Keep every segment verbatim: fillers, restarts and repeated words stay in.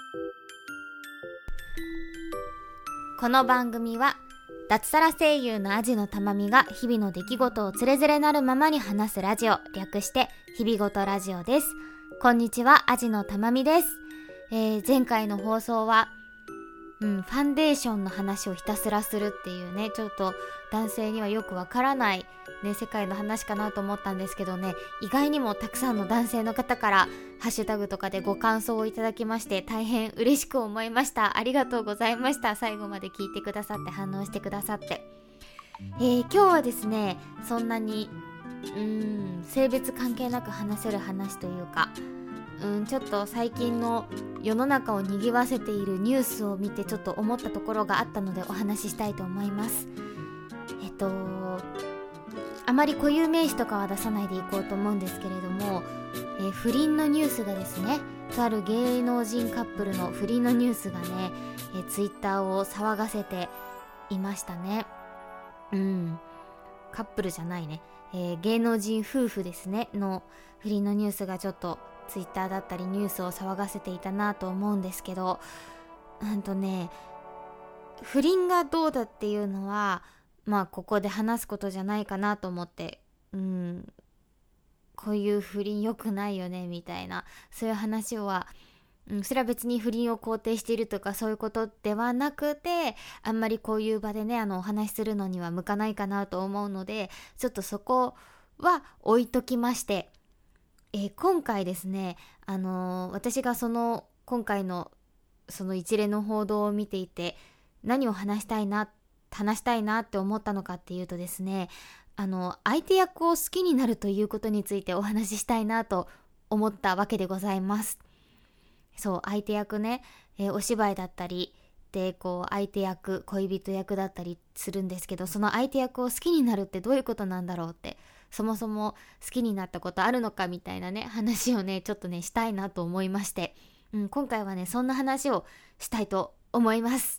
この番組は脱サラ声優のアジのたまみが日々の出来事をつれづれなるままに話すラジオ、略して日々ごとラジオです。こんにちは、アジのたまみです。えー、前回の放送は、うん、ファンデーションの話をひたすらするっていうね、ちょっと男性にはよくわからない、ね、世界の話かなと思ったんですけどね、意外にもたくさんの男性の方からハッシュタグとかでご感想をいただきまして大変嬉しく思いました。ありがとうございました。最後まで聞いてくださって反応してくださって、えー、今日はですね、そんなにうーん性別関係なく話せる話というか、うんちょっと最近の世の中を賑わせているニュースを見てちょっと思ったところがあったのでお話ししたいと思います。えっとあまり固有名詞とかは出さないでいこうと思うんですけれども、えー、不倫のニュースがですね、とある芸能人カップルの不倫のニュースがね、えー、ツイッターを騒がせていましたね。うんカップルじゃないね、えー、芸能人夫婦ですねの不倫のニュースがちょっとツイッターだったりニュースを騒がせていたなと思うんですけど、なんとね、不倫がどうだっていうのはまあここで話すことじゃないかなと思って、うんこういう不倫良くないよねみたいな、そういう話は、うん、それは別に不倫を肯定しているとかそういうことではなくて、あんまりこういう場でねあのお話しするのには向かないかなと思うので、ちょっとそこは置いときまして、えー、今回ですね、あのー、私がその今回のその一連の報道を見ていて何を話したいな話したいなって思ったのかっていうとですね、あの相手役を好きになるということについてお話ししたいなと思ったわけでございます。そう相手役ね、えー、お芝居だったりでこう相手役恋人役だったりするんですけど、その相手役を好きになるってどういうことなんだろうって、そもそも好きになったことあるのかみたいなね話をねちょっとねしたいなと思いまして、うん、今回はねそんな話をしたいと思います。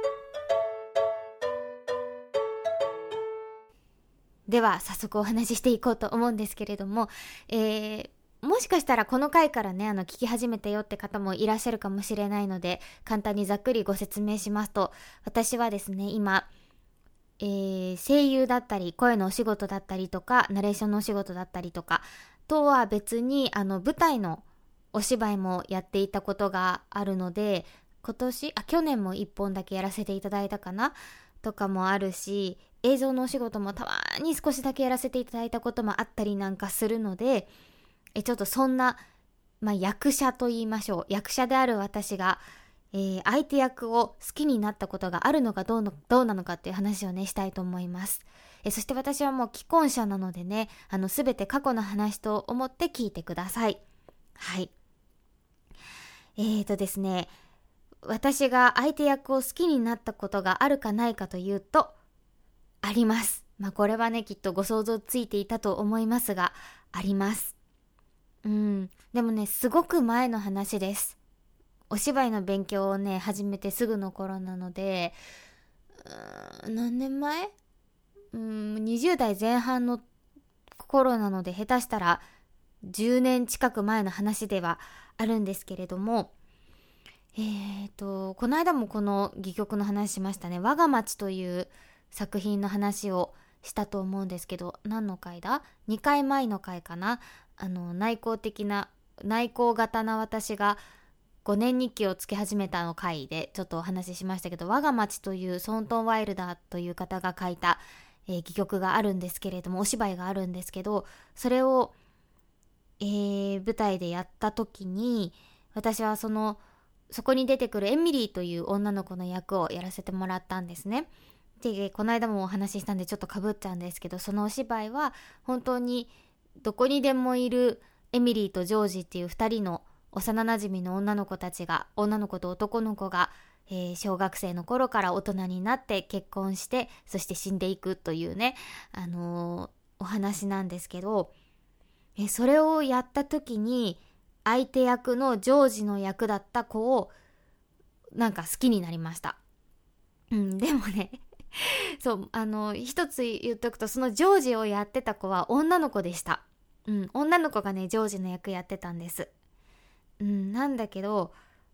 では早速お話ししていこうと思うんですけれども、えー、もしかしたらこの回からねあの聞き始めたよって方もいらっしゃるかもしれないので、簡単にざっくりご説明しますと、私はですね今、えー、声優だったり声のお仕事だったりとかナレーションのお仕事だったりとかとは別にあの舞台のお芝居もやっていたことがあるので、今年あ去年もいっぽんだけやらせていただいたかなとかもあるし、映像のお仕事もたまに少しだけやらせていただいたこともあったりなんかするので、えちょっとそんな、まあ、役者と言いましょう、役者である私が、えー、相手役を好きになったことがあるのかどうのどうなのかっていう話をねしたいと思います。えそして私はもう既婚者なのでね、あの全て過去の話と思って聞いてください。はいえーとですね私が相手役を好きになったことがあるかないかというとあります。まあこれはねきっとご想像ついていたと思いますが、あります。うんでもねすごく前の話です。お芝居の勉強をね始めてすぐの頃なので、うーん何年前うんにじゅう代前半の頃なので、下手したらじゅうねん近く前の話ではあるんですけれども、えーとこの間もこの戯曲の話しましたね。我が町という作品の話をしたと思うんですけど、何の回だにかいまえの回かな。あの内向的な内向型な私がごねん日記をつけ始めたの回でちょっとお話ししましたけど、我が町というソントン・ワイルダーという方が書いた、えー、戯曲があるんですけれども、お芝居があるんですけど、それを、えー、舞台でやった時に私はそのそこに出てくるエミリーという女の子の役をやらせてもらったんですね。でこの間もお話ししたんでちょっとかぶっちゃうんですけど、そのお芝居は本当にどこにでもいるエミリーとジョージっていうふたりの幼なじみの女の子たちが、女の子と男の子が、えー、小学生の頃から大人になって結婚して、そして死んでいくというね、あのー、お話なんですけど、えー、それをやった時に相手役のジョージの役だった子をなんか好きになりました。うん、でもねそうあの一つ言っとくと、そのジョージをやってた子は女の子でした。うん、女の子がねジョージの役やってたんです。うん、なんだけど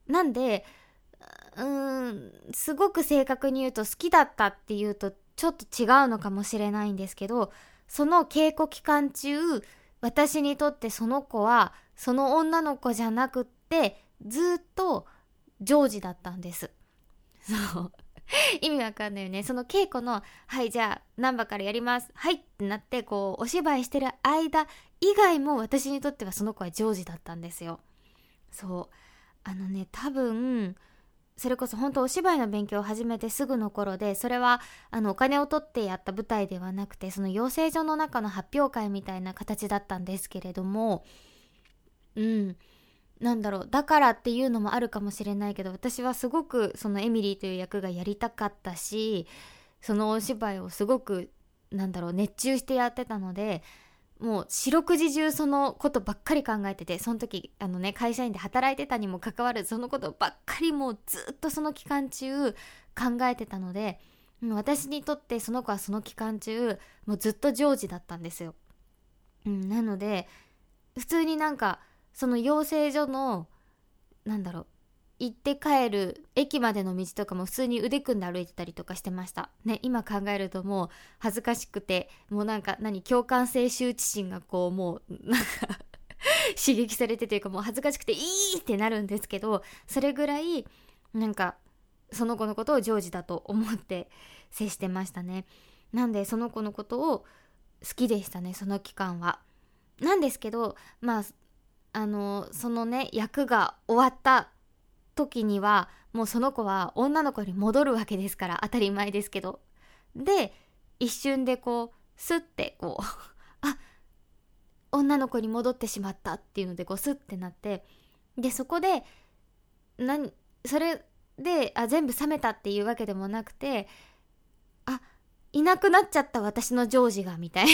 なんでうーんすごく正確に言うと好きだったっていうとちょっと違うのかもしれないんですけど、その稽古期間中私にとってその子はその女の子じゃなくってずっとジョージだったんです。そう意味わかんないよね。その稽古のはいじゃあ何番からやりますはいってなってこうお芝居してる間以外も私にとってはその子はジョージだったんですよ。そうあのね多分それこそ本当お芝居の勉強を始めてすぐの頃で、それはあのお金を取ってやった舞台ではなくてその養成所の中の発表会みたいな形だったんですけれども、うんなんだろうだからっていうのもあるかもしれないけど、私はすごくそのエミリーという役がやりたかったし、そのお芝居をすごくなんだろう熱中してやってたので、もう四六時中そのことばっかり考えてて、その時あのね会社員で働いてたにもかかわらずそのことばっかりもうずっとその期間中考えてたので、もう私にとってその子はその期間中もうずっとジョージだったんですよ、うん、なので普通になんかその養成所のなんだろう行って帰る駅までの道とかも普通に腕組んで歩いてたりとかしてましたね。今考えるともう恥ずかしくて、もうなんか何共感性羞恥心がこうもうなんか刺激されてというかもう恥ずかしくていいってなるんですけど、それぐらいなんかその子のことをジョージだと思って接してましたね。なんでその子のことを好きでしたね、その期間は。なんですけどまああのそのね役が終わった時にはもうその子は女の子に戻るわけですから、当たり前ですけど、で一瞬でこうスッてこうあ女の子に戻ってしまったっていうのでこうスッてなって、でそこで何それであ全部冷めたっていうわけでもなくて、あいなくなっちゃった私のジョージがみたいな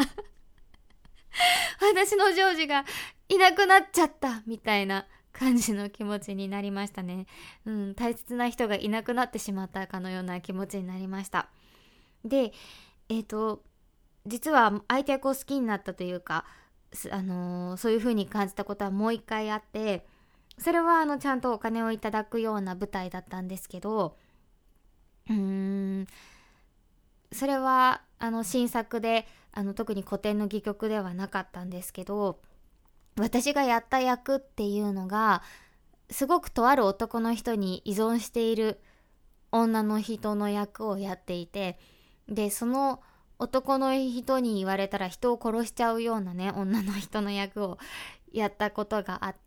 私のジョージがいなくなっちゃったみたいな感じの気持ちになりましたね。うん、大切な人がいなくなってしまったかのような気持ちになりました。で、えっと実は相手役を好きになったというか、あのー、そういう風に感じたことはもう一回あって、それはあのちゃんとお金をいただくような舞台だったんですけど、うーんそれはあの新作であの特に古典の戯曲ではなかったんですけど、私がやった役っていうのがすごくとある男の人に依存している女の人の役をやっていて、でその男の人に言われたら人を殺しちゃうようなね女の人の役をやったことがあって、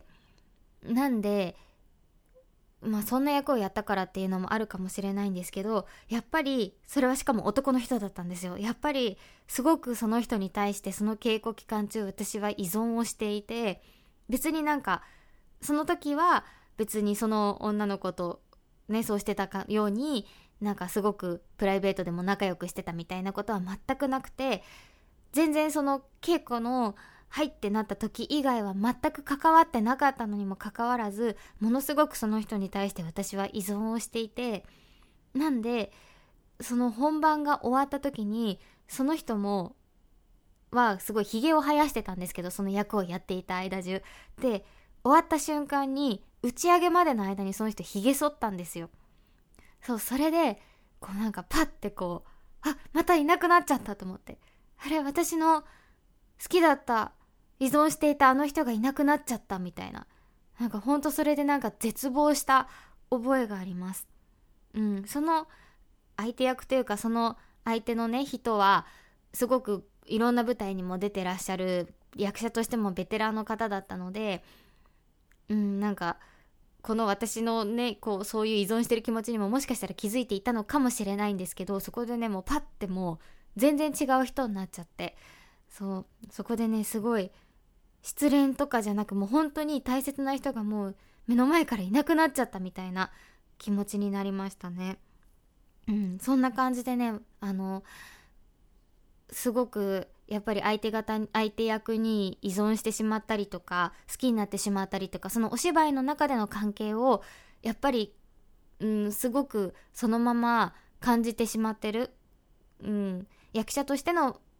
なんでまあそんな役をやったからっていうのもあるかもしれないんですけど、やっぱりそれはしかも男の人だったんですよ。やっぱりすごくその人に対してその稽古期間中私は依存をしていて、別になんかその時は別にその女の子とねそうしてたかようになんかすごくプライベートでも仲良くしてたみたいなことは全くなくて、全然その稽古のはいってなった時以外は全く関わってなかったのにもかかわらず、ものすごくその人に対して私は依存をしていて、なんでその本番が終わった時にその人もはすごいひげを生やしてたんですけど、その役をやっていた間中で終わった瞬間に打ち上げまでの間にその人ひげ剃ったんですよ。そうそれでこうなんかパッてこうあまたいなくなっちゃったと思って、あれ私の好きだった依存していたあの人がいなくなっちゃったみたいな、なんかほんとそれでなんか絶望した覚えがあります。うん、その相手役というかその相手のね人はすごくいろんな舞台にも出てらっしゃる役者としてもベテランの方だったので、うんなんかこの私のねこうそういう依存してる気持ちにももしかしたら気づいていたのかもしれないんですけど、そこでねもうパッてもう全然違う人になっちゃって、そうそこでねすごい失恋とかじゃなくもう本当に大切な人がもう目の前からいなくなっちゃったみたいな気持ちになりましたね。うんそんな感じでねあのすごくやっぱり相手方相手役に依存してしまったりとか好きになってしまったりとか、そのお芝居の中での関係をやっぱり、うん、すごくそのまま感じてしまってる、うん、役者としての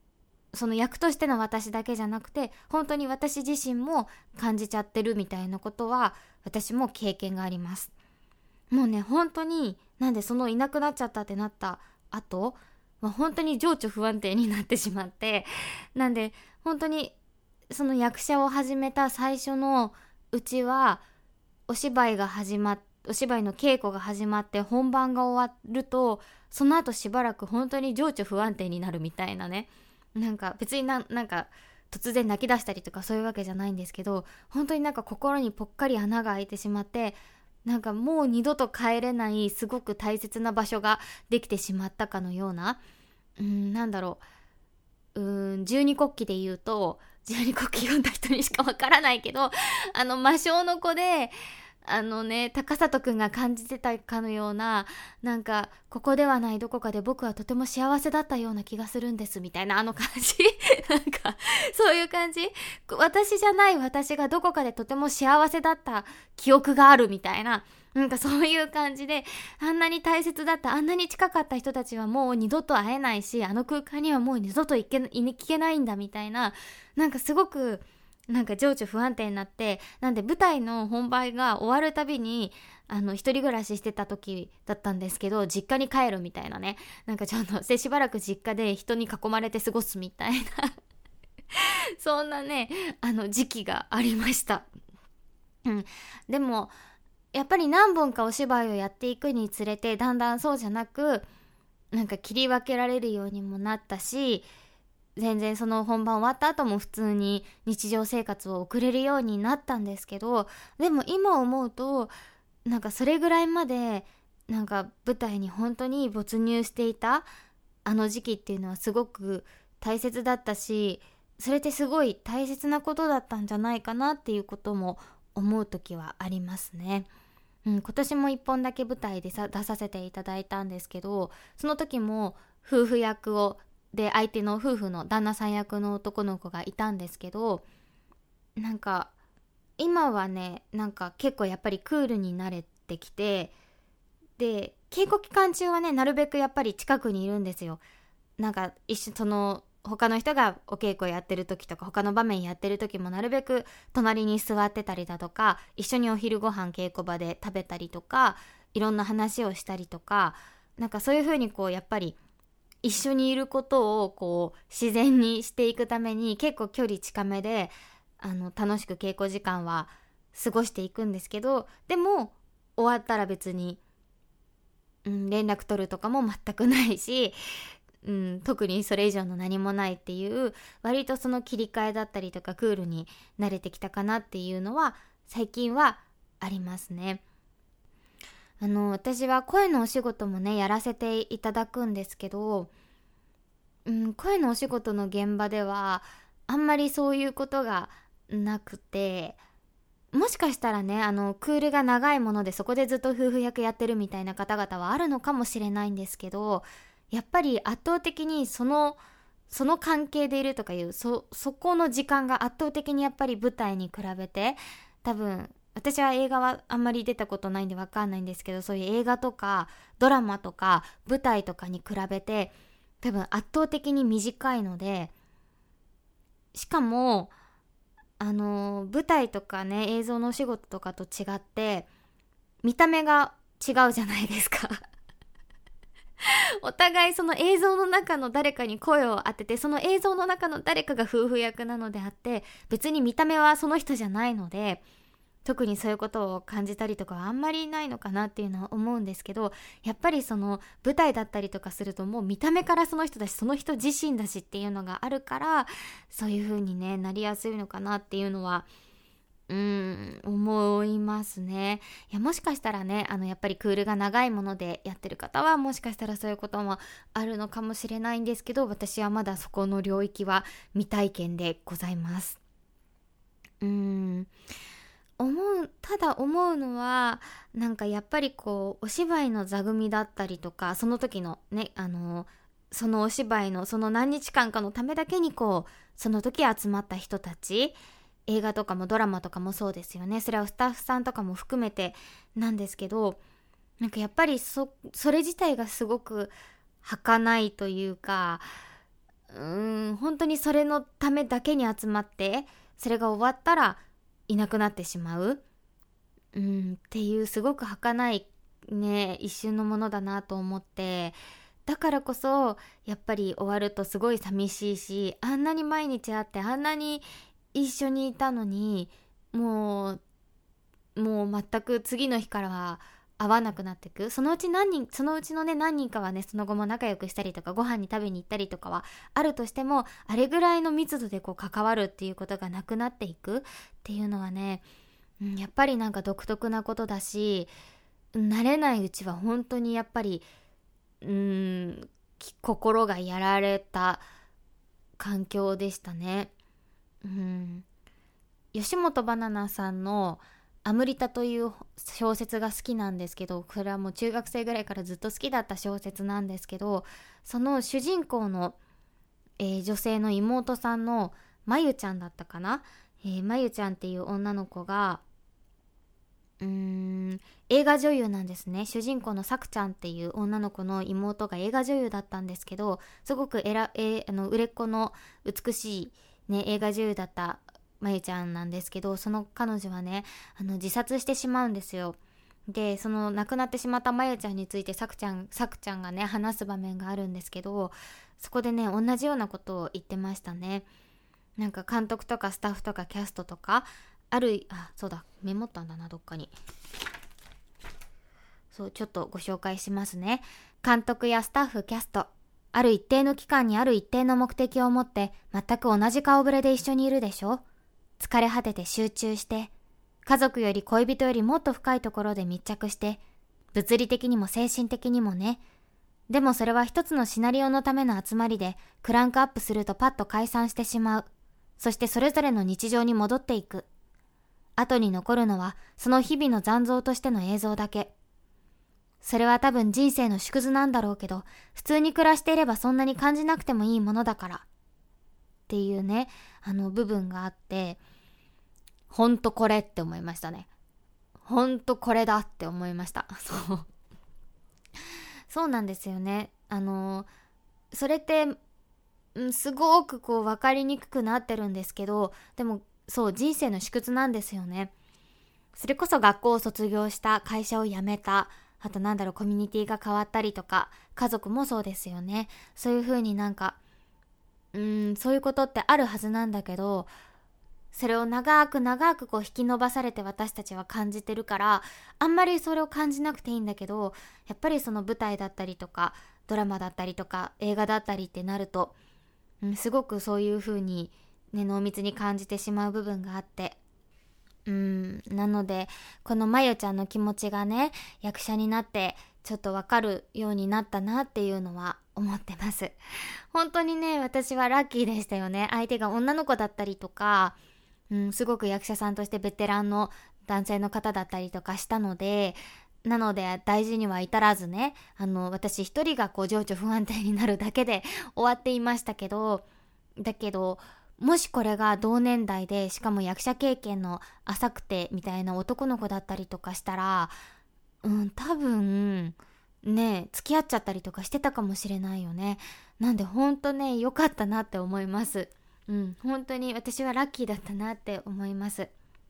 その役としての私だけじゃなくて本当に私自身も感じちゃってるみたいなことは私も経験があります。もうね本当になんでそのいなくなっちゃったってなった後、まあ、本当に情緒不安定になってしまって、なんで本当にその役者を始めた最初のうちはお芝居が始まっお芝居の稽古が始まって本番が終わるとその後しばらく本当に情緒不安定になるみたいなね、なんか別にななんか突然泣き出したりとかそういうわけじゃないんですけど、本当になんか心にぽっかり穴が開いてしまって、なんかもう二度と帰れないすごく大切な場所ができてしまったかのような、うーんなんだろう、うーん十二国旗で言うと、十二国旗読んだ人にしかわからないけど、あの魔性の子であのね高里くんが感じてたかのような、なんかここではないどこかで僕はとても幸せだったような気がするんですみたいなあの感じなんかそういう感じ、私じゃない私がどこかでとても幸せだった記憶があるみたいな、なんかそういう感じで、あんなに大切だったあんなに近かった人たちはもう二度と会えないし、あの空間にはもう二度と行け行けないんだみたいな、なんかすごくなんか情緒不安定になって、なんで舞台の本番が終わるたびにあの一人暮らししてた時だったんですけど、実家に帰るみたいなね、なんかちょっとしばらく実家で人に囲まれて過ごすみたいなそんなねあの時期がありました。うん、でもやっぱり何本かお芝居をやっていくにつれてだんだんそうじゃなく、なんか切り分けられるようにもなったし、全然その本番終わった後も普通に日常生活を送れるようになったんですけど、でも今思うとなんかそれぐらいまでなんか舞台に本当に没入していたあの時期っていうのはすごく大切だったし、それってすごい大切なことだったんじゃないかなっていうことも思う時はありますね。うん、今年も一本だけ舞台でさ出させていただいたんですけど、その時も夫婦役をで相手の夫婦の旦那さん役の男の子がいたんですけど、なんか今はねなんか結構やっぱりクールに慣れてきて、で稽古期間中はねなるべくやっぱり近くにいるんですよ。なんか一緒その他の人がお稽古やってる時とか他の場面やってる時もなるべく隣に座ってたりだとか、一緒にお昼ご飯稽古場で食べたりとか、いろんな話をしたりとか、なんかそういう風にこうやっぱり一緒にいることをこう自然にしていくために結構距離近めであの楽しく稽古時間は過ごしていくんですけど、でも終わったら別に、うん、連絡取るとかも全くないし、うん、特にそれ以上の何もないっていう割とその切り替えだったりとかクールに慣れてきたかなっていうのは最近はありますね。あの私は声のお仕事もねやらせていただくんですけど、うん、声のお仕事の現場ではあんまりそういうことがなくて、もしかしたらねあのクールが長いものでそこでずっと夫婦役やってるみたいな方々はあるのかもしれないんですけど、やっぱり圧倒的にそのその関係でいるとかいうそそこの時間が圧倒的にやっぱり舞台に比べて、多分私は映画はあんまり出たことないんでわかんないんですけど、そういう映画とかドラマとか舞台とかに比べて多分圧倒的に短いので、しかもあの舞台とかね映像のお仕事とかと違って見た目が違うじゃないですかお互いその映像の中の誰かに声を当てて、その映像の中の誰かが夫婦役なのであって、別に見た目はその人じゃないので、特にそういうことを感じたりとかはあんまりないのかなっていうのは思うんですけど、やっぱりその舞台だったりとかするともう見た目からその人だしその人自身だしっていうのがあるから、そういう風にねなりやすいのかなっていうのはうーん思いますね。いやもしかしたらねあのやっぱりクールが長いものでやってる方はもしかしたらそういうこともあるのかもしれないんですけど、私はまだそこの領域は未体験でございます。うーん思うただ思うのはなんかやっぱりこうお芝居の座組だったりとか、その時のねあのそのお芝居のその何日間かのためだけにこうその時集まった人たち、映画とかもドラマとかもそうですよね。それはスタッフさんとかも含めてなんですけど、なんかやっぱりそそれ自体がすごく儚いというか、 うーん本当にそれのためだけに集まって、それが終わったらいなくなってしまう、うん、っていうすごく儚いね一瞬のものだなと思って、だからこそやっぱり終わるとすごい寂しいし、あんなに毎日会ってあんなに一緒にいたのに、もうもう全く次の日からは会わなくなっていく。そのうち何人そのうちのね何人かはねその後も仲良くしたりとかご飯に食べに行ったりとかはあるとしても、あれぐらいの密度でこう関わるっていうことがなくなっていくっていうのはね、うん、やっぱりなんか独特なことだし、慣れないうちは本当にやっぱりうーん心がやられた環境でしたね。うん、吉本ばななさんのアムリタという小説が好きなんですけど、これはもう中学生ぐらいからずっと好きだった小説なんですけど、その主人公の、えー、女性の妹さんのまゆちゃんだったかな、えー、まゆちゃんっていう女の子がうーん映画女優なんですね。主人公のさくちゃんっていう女の子の妹が映画女優だったんですけど、すごくえら、えー、あの売れっ子の美しい、ね、映画女優だったまゆちゃんなんですけど、その彼女はねあの自殺してしまうんですよ。でその亡くなってしまったまゆちゃんについてさくちゃんさくちゃんがね話す場面があるんですけど、そこでね同じようなことを言ってましたね。なんか監督とかスタッフとかキャストとかあるあそうだメモったんだなどっかに。そうちょっとご紹介しますね。監督やスタッフキャスト、ある一定の期間にある一定の目的を持って全く同じ顔ぶれで一緒にいるでしょ。疲れ果てて集中して、家族より恋人よりもっと深いところで密着して、物理的にも精神的にもね。でもそれは一つのシナリオのための集まりで、クランクアップするとパッと解散してしまう。そしてそれぞれの日常に戻っていく。後に残るのはその日々の残像としての映像だけ。それは多分人生の縮図なんだろうけど、普通に暮らしていればそんなに感じなくてもいいものだから。っていうね、あの部分があって、ほんとこれって思いましたね。ほんとこれだって思いました。そう。そうなんですよね。あの、それって、んすごくこう分かりにくくなってるんですけど、でもそう人生の縮図なんですよね。それこそ学校を卒業した、会社を辞めた、あとなんだろうコミュニティが変わったりとか、家族もそうですよね。そういう風になんかうーんそういうことってあるはずなんだけど、それを長く長くこう引き伸ばされて私たちは感じてるから、あんまりそれを感じなくていいんだけど、やっぱりその舞台だったりとかドラマだったりとか映画だったりってなると、うん、すごくそういう風にね濃密に感じてしまう部分があって、うんなのでこのまゆちゃんの気持ちがね役者になってちょっとわかるようになったなっていうのは思ってます。本当にね私はラッキーでしたよね。相手が女の子だったりとか、うん、すごく役者さんとしてベテランの男性の方だったりとかしたので、なので大事には至らずね、あの私一人がこう情緒不安定になるだけで終わっていましたけど、だけどもしこれが同年代でしかも役者経験の浅くてみたいな男の子だったりとかしたら、うん多分ね付き合っちゃったりとかしてたかもしれないよね。なんでほんとね良かったなって思います。うん本当に私はラッキーだったなって思います。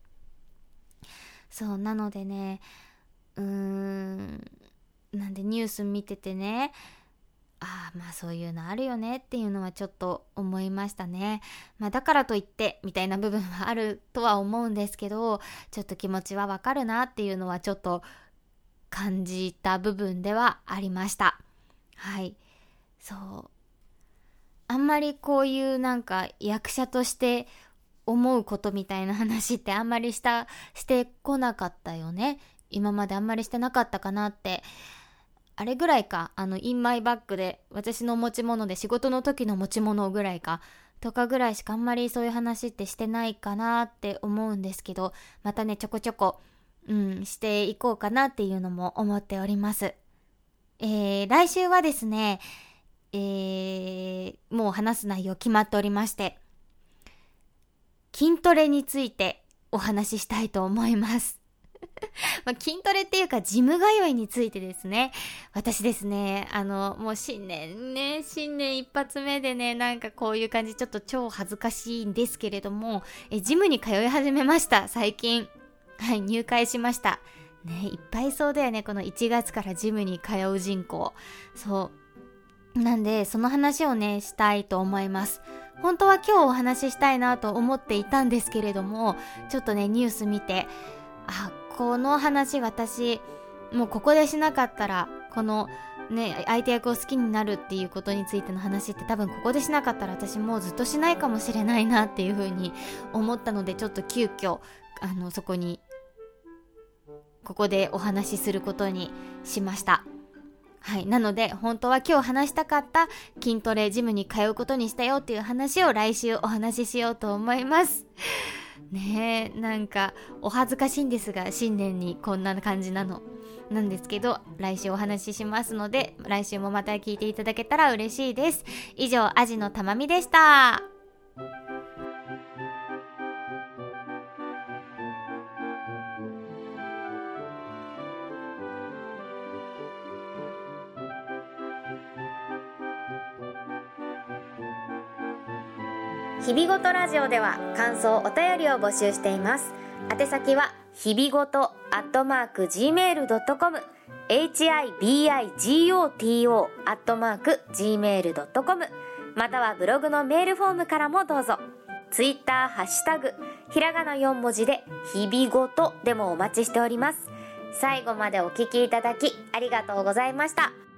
そうなのでね、うーんなんでニュース見ててね、ああまあそういうのあるよねっていうのはちょっと思いましたね。まあだからといってみたいな部分はあるとは思うんですけど、ちょっと気持ちはわかるなっていうのはちょっと感じた部分ではありました。はい。そうあんまりこういうなんか役者として思うことみたいな話ってあんまりしたしてこなかったよね。今まであんまりしてなかったかなって。あれぐらいか、あのインマイバッグで私の持ち物で仕事の時の持ち物ぐらいかとかぐらいしかあんまりそういう話ってしてないかなって思うんですけど、またねちょこちょこうんしていこうかなっていうのも思っております。えー、来週はですね、えー、もう話す内容決まっておりまして、筋トレについてお話ししたいと思います。 まあ、筋トレっていうかジム通いについてですね。私ですね、あの、もう新年ね、新年一発目でね、なんかこういう感じちょっと超恥ずかしいんですけれども、え、ジムに通い始めました、最近。はい、入会しました。ね、いっぱいいそうだよね、このいちがつからジムに通う人口。そう。なんで、その話をね、したいと思います。本当は今日お話ししたいなと思っていたんですけれども、ちょっとね、ニュース見て、あ、この話私もうここでしなかったらこのね相手役を好きになるっていうことについての話って多分ここでしなかったら私もうずっとしないかもしれないなっていう風に思ったので、ちょっと急遽あのそこにここでお話しすることにしました。はい。なので、本当は今日話したかった筋トレジムに通うことにしたよっていう話を来週お話ししようと思います。ねえ、なんかお恥ずかしいんですが、新年にこんな感じなのなんですけど、来週お話ししますので、来週もまた聞いていただけたら嬉しいです。以上、アジのたまみでした。日々ごとラジオでは感想お便りを募集しています。宛先は日々ごとアットマーク ジーメールドットコム ヒビゴト アットマーク ジーメールドットコム またはブログのメールフォームからもどうぞ。ツイッターハッシュタグひらがなよん文字で日々ごとでもお待ちしております。最後までお聞きいただきありがとうございました。